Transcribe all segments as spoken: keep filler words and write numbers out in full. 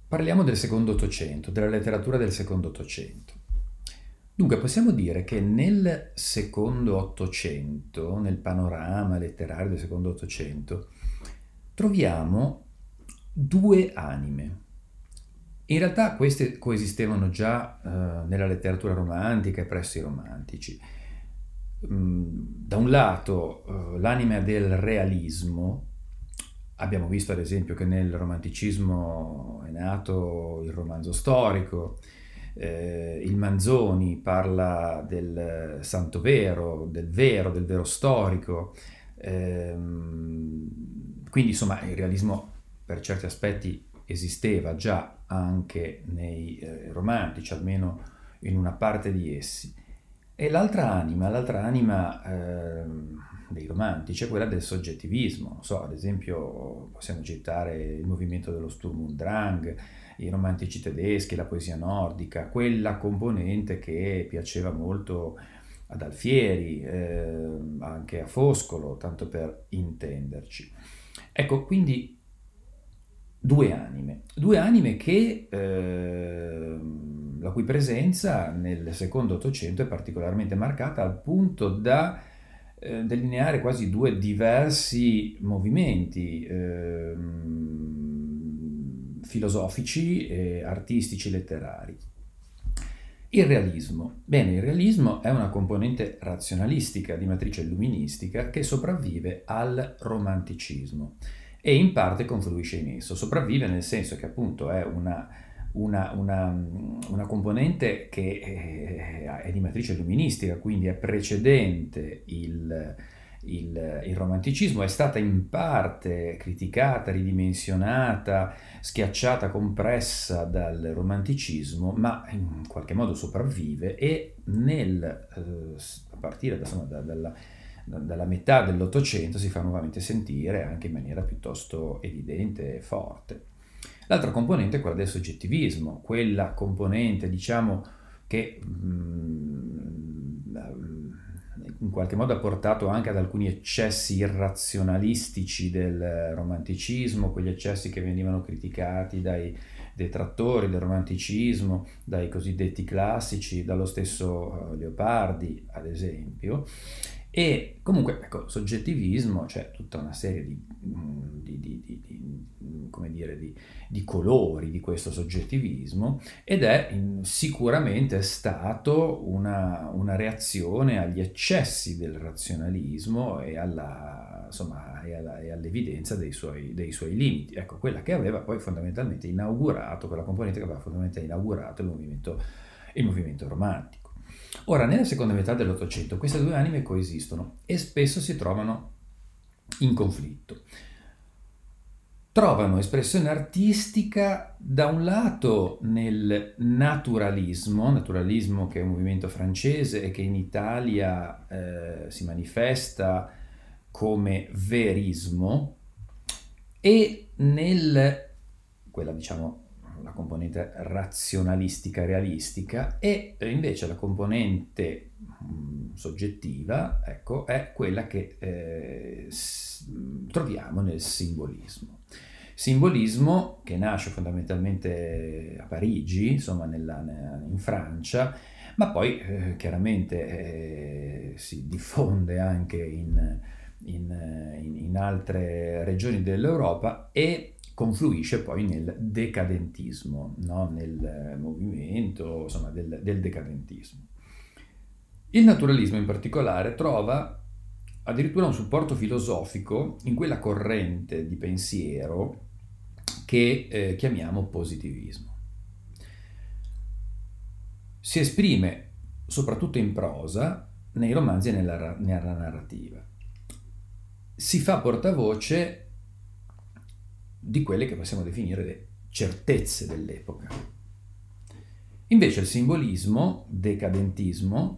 Parliamo del secondo Ottocento, della letteratura del secondo Ottocento. Dunque, possiamo dire che nel secondo Ottocento, nel panorama letterario del secondo Ottocento, troviamo due anime. In realtà queste coesistevano già eh, nella letteratura romantica e presso i romantici. Mm, Da un lato eh, l'anima del realismo, abbiamo visto ad esempio che nel romanticismo è nato il romanzo storico, eh, il Manzoni parla del santo vero, del vero, del vero storico, ehm, quindi insomma il realismo per certi aspetti esisteva già anche nei eh, romantici, almeno in una parte di essi. E l'altra anima, l'altra anima ehm, dei romantici è quella del soggettivismo. Non so, ad esempio possiamo citare il movimento dello Sturm und Drang, i romantici tedeschi, la poesia nordica, quella componente che piaceva molto ad Alfieri, ehm, anche a Foscolo, tanto per intenderci. Ecco, quindi due anime, due anime che, ehm, la cui presenza nel secondo Ottocento è particolarmente marcata al punto da eh, delineare quasi due diversi movimenti ehm, filosofici, e artistici, letterari. Il realismo. Bene, il realismo è una componente razionalistica di matrice illuministica che sopravvive al romanticismo e in parte confluisce in esso. Sopravvive nel senso che appunto è una, una, una, una componente che è di matrice illuministica, quindi è precedente il, il, il romanticismo, è stata in parte criticata, ridimensionata, schiacciata, compressa dal romanticismo, ma in qualche modo sopravvive e nel, eh, a partire da, insomma, da, dalla, dalla metà dell'Ottocento si fa nuovamente sentire anche in maniera piuttosto evidente e forte. L'altra componente è quella del soggettivismo, quella componente, diciamo, che mm, in qualche modo ha portato anche ad alcuni eccessi irrazionalistici del romanticismo, quegli eccessi che venivano criticati dai detrattori del romanticismo, dai cosiddetti classici, dallo stesso Leopardi, ad esempio. E comunque, ecco, soggettivismo, c'è tutta una serie di, di, di, di, di come dire, di, di colori di questo soggettivismo ed è in, sicuramente stato una, una reazione agli eccessi del razionalismo e, alla, insomma, e, alla, e all'evidenza dei suoi, dei suoi limiti. Ecco, quella che aveva poi fondamentalmente inaugurato, quella componente che aveva fondamentalmente inaugurato il movimento, il movimento romantico. Ora, nella seconda metà dell'Ottocento queste due anime coesistono e spesso si trovano in conflitto. Trovano espressione artistica da un lato nel naturalismo, naturalismo che è un movimento francese e che in Italia eh, si manifesta come verismo, e nel, quella diciamo la componente razionalistica realistica, e invece la componente mh, soggettiva, ecco, è quella che eh, s- troviamo nel simbolismo. Simbolismo che nasce fondamentalmente a Parigi, insomma nella, in Francia, ma poi eh, chiaramente eh, si diffonde anche in, in, in, in altre regioni dell'Europa e confluisce poi nel decadentismo, no? Nel movimento insomma, del, del decadentismo. Il naturalismo in particolare trova addirittura un supporto filosofico in quella corrente di pensiero che eh, chiamiamo positivismo. Si esprime soprattutto in prosa, nei romanzi e nella, nella narrativa. Si fa portavoce di quelle che possiamo definire le certezze dell'epoca. Invece il simbolismo, decadentismo,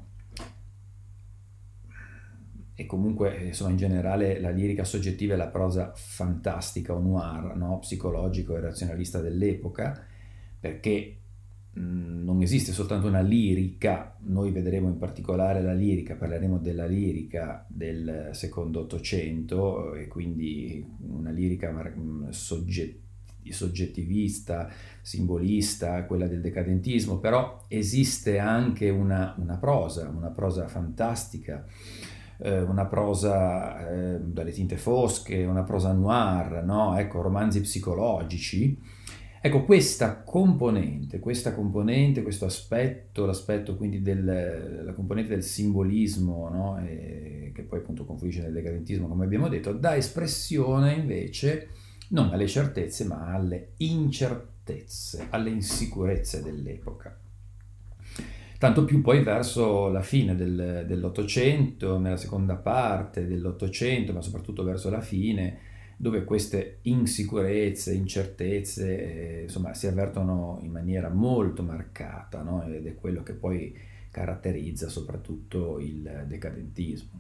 e comunque insomma in generale la lirica soggettiva e la prosa fantastica o noir, no? Psicologico e razionalista dell'epoca, perché mh, non esiste soltanto una lirica, noi vedremo in particolare la lirica, parleremo della lirica del secondo Ottocento e quindi una lirica mh, soggettiva soggettivista, simbolista, quella del decadentismo, però esiste anche una, una prosa, una prosa fantastica, eh, una prosa eh, dalle tinte fosche, una prosa noir, no? Ecco, romanzi psicologici. Ecco, questa componente, questa componente, questo aspetto, l'aspetto quindi del, la componente del simbolismo, no? E, che poi appunto confluisce nel decadentismo, come abbiamo detto, dà espressione invece non alle certezze, ma alle incertezze, alle insicurezze dell'epoca. Tanto più poi verso la fine del, dell'Ottocento, nella seconda parte dell'Ottocento, ma soprattutto verso la fine, dove queste insicurezze, incertezze, eh, insomma, si avvertono in maniera molto marcata, no? Ed è quello che poi caratterizza soprattutto il decadentismo.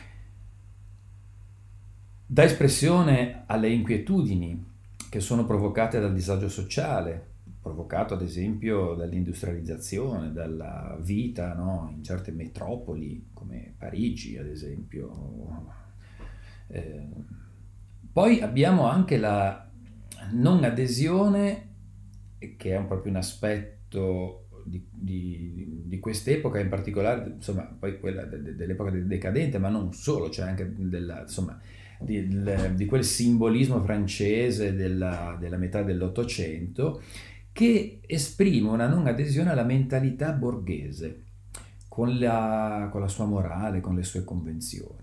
Dà espressione alle inquietudini che sono provocate dal disagio sociale, provocato ad esempio dall'industrializzazione, dalla vita, no? In certe metropoli come Parigi ad esempio. Eh, poi abbiamo anche la non adesione, che è un, proprio un aspetto di, di, di quest'epoca, in particolare, insomma, poi quella de, de, dell'epoca del decadente, ma non solo, c'è anche della, insomma, di, di quel simbolismo francese della, della metà dell'Ottocento, che esprime una non adesione alla mentalità borghese, con la, con la sua morale, con le sue convenzioni.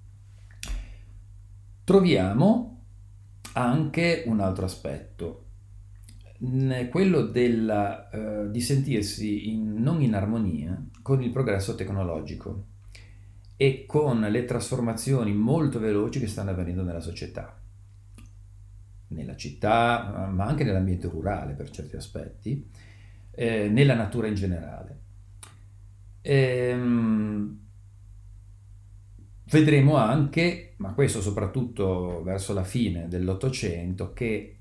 Troviamo anche un altro aspetto, quello della, eh, di sentirsi in, non in armonia con il progresso tecnologico e con le trasformazioni molto veloci che stanno avvenendo nella società, nella città, ma anche nell'ambiente rurale per certi aspetti, eh, nella natura in generale. Ehm, vedremo anche, ma questo soprattutto verso la fine dell'Ottocento, che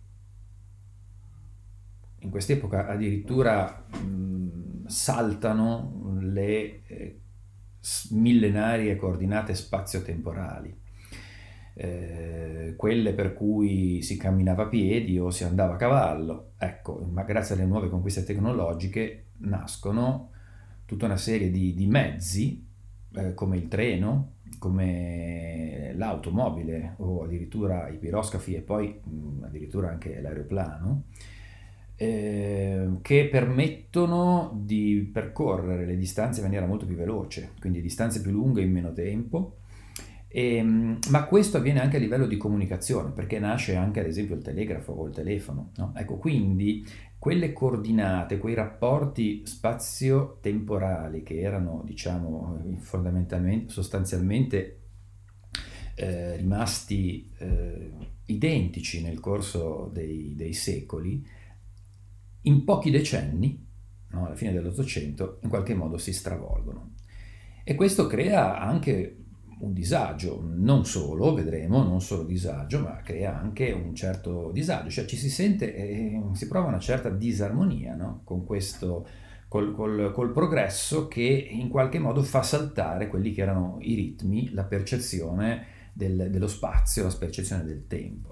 in quest'epoca addirittura mh, saltano le eh, millenarie coordinate spazio-temporali, eh, quelle per cui si camminava a piedi o si andava a cavallo. Ecco, ma grazie alle nuove conquiste tecnologiche nascono tutta una serie di, di mezzi, eh, come il treno, come l'automobile o addirittura i piroscafi e poi mh, addirittura anche l'aeroplano, eh, che permettono di percorrere le distanze in maniera molto più veloce, quindi distanze più lunghe in meno tempo. E, ma questo avviene anche a livello di comunicazione, perché nasce anche ad esempio il telegrafo o il telefono, no? Ecco, quindi quelle coordinate, quei rapporti spazio-temporali che erano, diciamo, fondamentalmente, sostanzialmente eh, rimasti eh, identici nel corso dei, dei secoli, in pochi decenni, no, alla fine dell'Ottocento, in qualche modo si stravolgono. E questo crea anche un disagio, non solo, vedremo, non solo disagio, ma crea anche un certo disagio, cioè ci si sente, eh, si prova una certa disarmonia, no? Con questo, col, col, col progresso che in qualche modo fa saltare quelli che erano i ritmi, la percezione del, dello spazio, la percezione del tempo.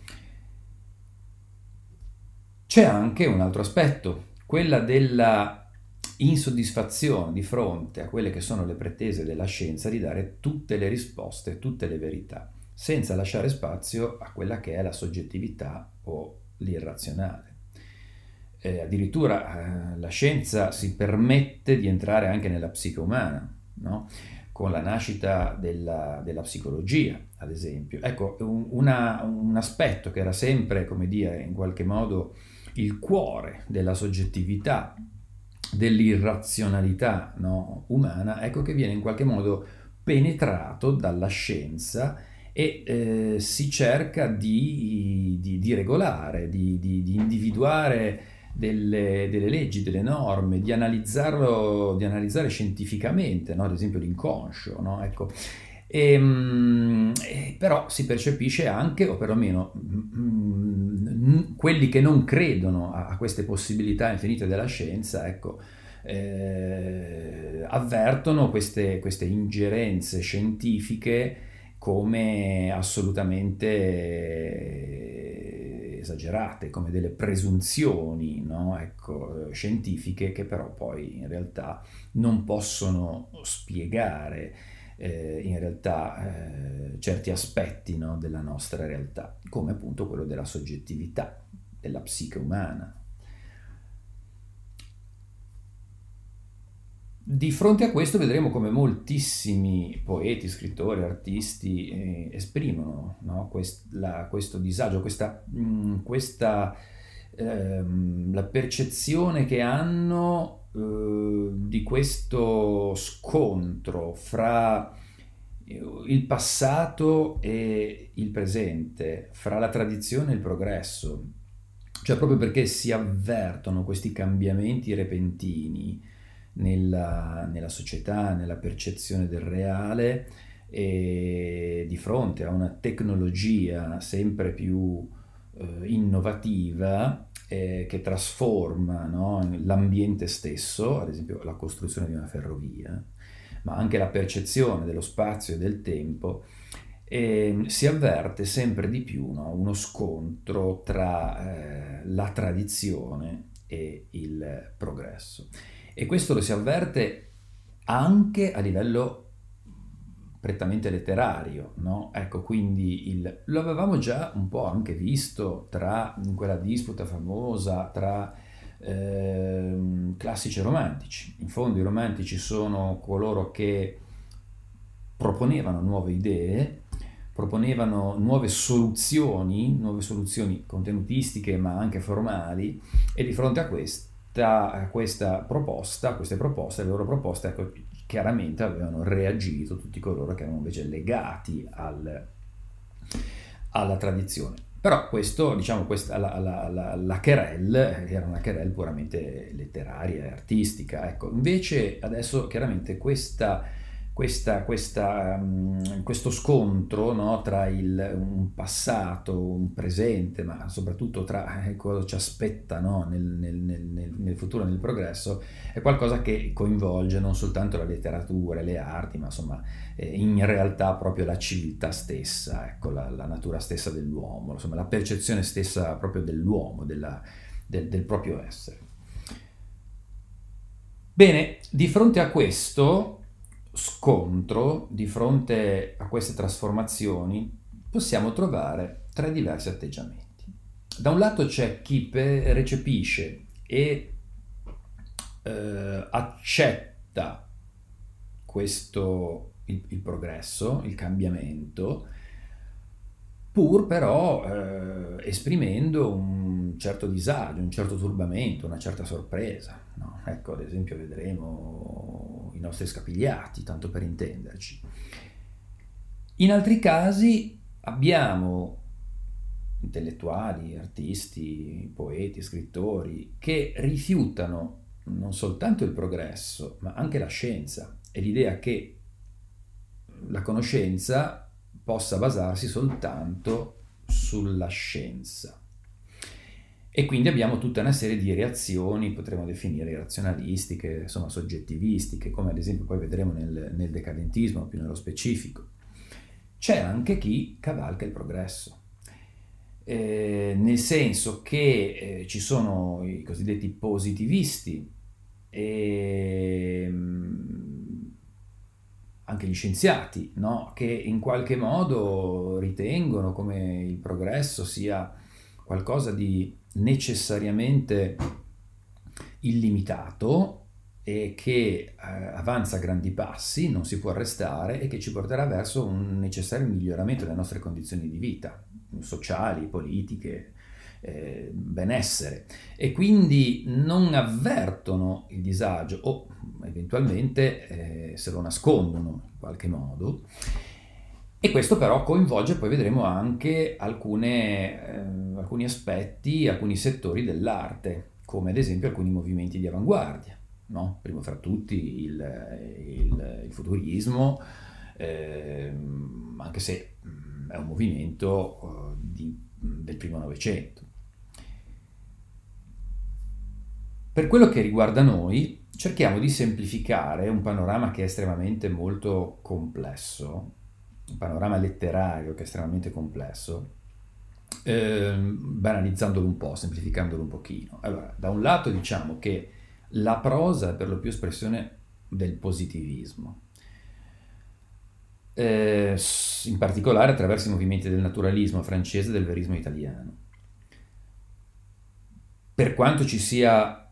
C'è anche un altro aspetto, quella della insoddisfazione di fronte a quelle che sono le pretese della scienza di dare tutte le risposte, tutte le verità, senza lasciare spazio a quella che è la soggettività o l'irrazionale. Eh, addirittura eh, la scienza si permette di entrare anche nella psiche umana, no? Con la nascita della, della psicologia, ad esempio. Ecco, un, una, un aspetto che era sempre, come dire, in qualche modo il cuore della soggettività, dell'irrazionalità, no, umana, ecco che viene in qualche modo penetrato dalla scienza e eh, si cerca di, di, di regolare, di, di, di individuare delle, delle leggi, delle norme, di analizzarlo, di analizzare scientificamente, no? Ad esempio l'inconscio, no? Ecco. E, e, però si percepisce anche, o perlomeno mh, quelli che non credono a, a queste possibilità infinite della scienza, ecco, eh, avvertono queste, queste ingerenze scientifiche come assolutamente esagerate, come delle presunzioni, no? Ecco, eh, scientifiche, che però poi in realtà non possono spiegare eh, in realtà eh, certi aspetti, no, della nostra realtà, come appunto quello della soggettività, della psiche umana. Di fronte a questo vedremo come moltissimi poeti, scrittori, artisti eh, esprimono, no, quest- la- questo disagio, questa, mh, questa, ehm, la percezione che hanno eh, di questo scontro fra il passato e il presente, fra la tradizione e il progresso, cioè proprio perché si avvertono questi cambiamenti repentini nella, nella società, nella percezione del reale, e di fronte a una tecnologia sempre più eh, innovativa eh, che trasforma, no, l'ambiente stesso, ad esempio la costruzione di una ferrovia, ma anche la percezione dello spazio e del tempo, e si avverte sempre di più, no, uno scontro tra eh, la tradizione e il progresso. E questo lo si avverte anche a livello prettamente letterario, no? Ecco, quindi il, lo avevamo già un po' anche visto tra, in quella disputa famosa tra ehm, classici e romantici. In fondo i romantici sono coloro che proponevano nuove idee, proponevano nuove soluzioni, nuove soluzioni contenutistiche ma anche formali, e di fronte a questa, a questa proposta, a queste proposte, le loro proposte, ecco, chiaramente avevano reagito tutti coloro che erano invece legati al, alla tradizione. Però questo, diciamo, questa, la, la, la, la querelle era una querelle puramente letteraria e artistica. Ecco, invece adesso chiaramente questa questa, questa, um, questo scontro, no, tra il, un passato, un presente, ma soprattutto tra eh, cosa ci aspetta, no, nel, nel, nel, nel futuro, nel progresso, è qualcosa che coinvolge non soltanto la letteratura e le arti, ma insomma eh, in realtà proprio la civiltà stessa, ecco, la, la natura stessa dell'uomo, insomma la percezione stessa proprio dell'uomo, della, del, del proprio essere. Bene, di fronte a questo scontro, di fronte a queste trasformazioni, possiamo trovare tre diversi atteggiamenti. Da un lato c'è chi pe- recepisce e eh, accetta questo, il, il progresso, il cambiamento, pur però eh, esprimendo un certo disagio, un certo turbamento, una certa sorpresa. No? Ecco, ad esempio, vedremo i nostri scapigliati, tanto per intenderci. In altri casi abbiamo intellettuali, artisti, poeti, scrittori che rifiutano non soltanto il progresso, ma anche la scienza e l'idea che la conoscenza possa basarsi soltanto sulla scienza. E quindi abbiamo tutta una serie di reazioni, potremmo definire razionalistiche, insomma soggettivistiche, come ad esempio poi vedremo nel, nel decadentismo, più nello specifico. C'è anche chi cavalca il progresso, eh, nel senso che eh, ci sono i cosiddetti positivisti e anche gli scienziati, no? Che in qualche modo ritengono come il progresso sia qualcosa di necessariamente illimitato e che eh, avanza a grandi passi, non si può arrestare e che ci porterà verso un necessario miglioramento delle nostre condizioni di vita, sociali, politiche, eh, benessere, e quindi non avvertono il disagio o eventualmente eh, se lo nascondono in qualche modo. E questo però coinvolge, poi vedremo, anche alcune, eh, alcuni aspetti, alcuni settori dell'arte, come ad esempio alcuni movimenti di avanguardia, no? Primo fra tutti il, il, il futurismo, eh, anche se mh, è un movimento uh, di, del primo Novecento. Per quello che riguarda noi, cerchiamo di semplificare un panorama che è estremamente molto complesso, un panorama letterario che è estremamente complesso, eh, banalizzandolo un po', semplificandolo un pochino. Allora, da un lato diciamo che la prosa è per lo più espressione del positivismo, eh, in particolare attraverso i movimenti del naturalismo francese e del verismo italiano. Per quanto ci sia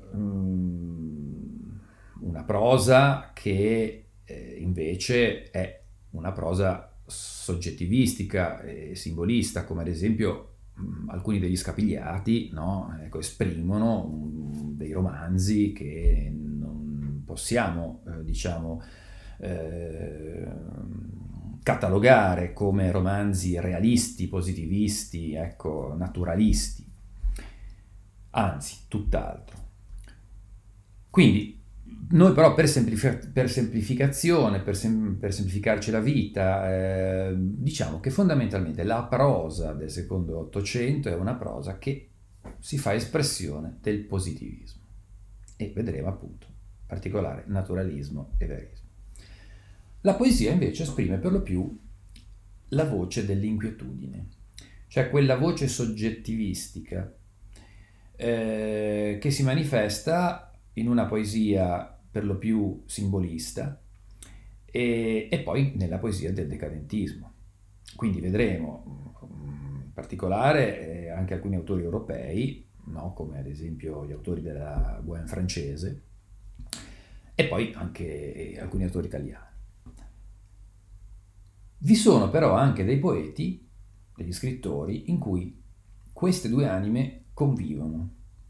mm, una prosa che eh, invece è una prosa soggettivistica e simbolista, come ad esempio mh, alcuni degli Scapigliati, no? Ecco, esprimono mh, dei romanzi che non possiamo, eh, diciamo, eh, catalogare come romanzi realisti, positivisti, ecco, naturalisti. Anzi, tutt'altro. Quindi noi però per, semplifi- per semplificazione, per, sem- per semplificarci la vita, eh, diciamo che fondamentalmente la prosa del secondo Ottocento è una prosa che si fa espressione del positivismo. E vedremo appunto, in particolare, naturalismo e verismo. La poesia invece esprime per lo più la voce dell'inquietudine, cioè quella voce soggettivistica eh, che si manifesta in una poesia per lo più simbolista e, e poi nella poesia del decadentismo. Quindi vedremo in particolare eh, anche alcuni autori europei, no? Come ad esempio gli autori della Bohème francese, e poi anche alcuni autori italiani. Vi sono però anche dei poeti, degli scrittori, in cui queste due anime convivono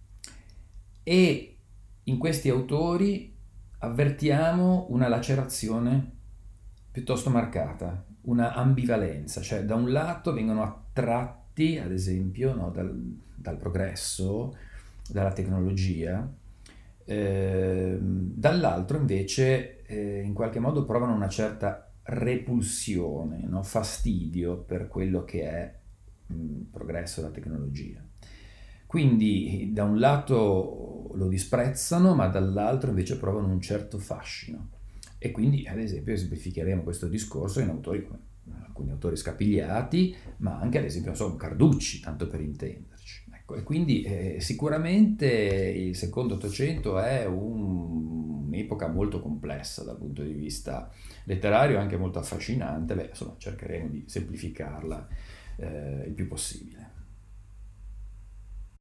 e in questi autori avvertiamo una lacerazione piuttosto marcata, una ambivalenza, cioè da un lato vengono attratti, ad esempio, no, dal, dal progresso, dalla tecnologia, eh, dall'altro invece eh, in qualche modo provano una certa repulsione, no? Fastidio per quello che è il progresso della tecnologia. Quindi da un lato lo disprezzano, ma dall'altro invece provano un certo fascino. E quindi, ad esempio, esemplificheremo questo discorso in autori come alcuni autori Scapigliati, ma anche ad esempio so, Carducci, tanto per intenderci. Ecco, e quindi eh, sicuramente il secondo Ottocento è un, un'epoca molto complessa dal punto di vista letterario, anche molto affascinante. Beh, insomma, cercheremo di semplificarla eh, il più possibile.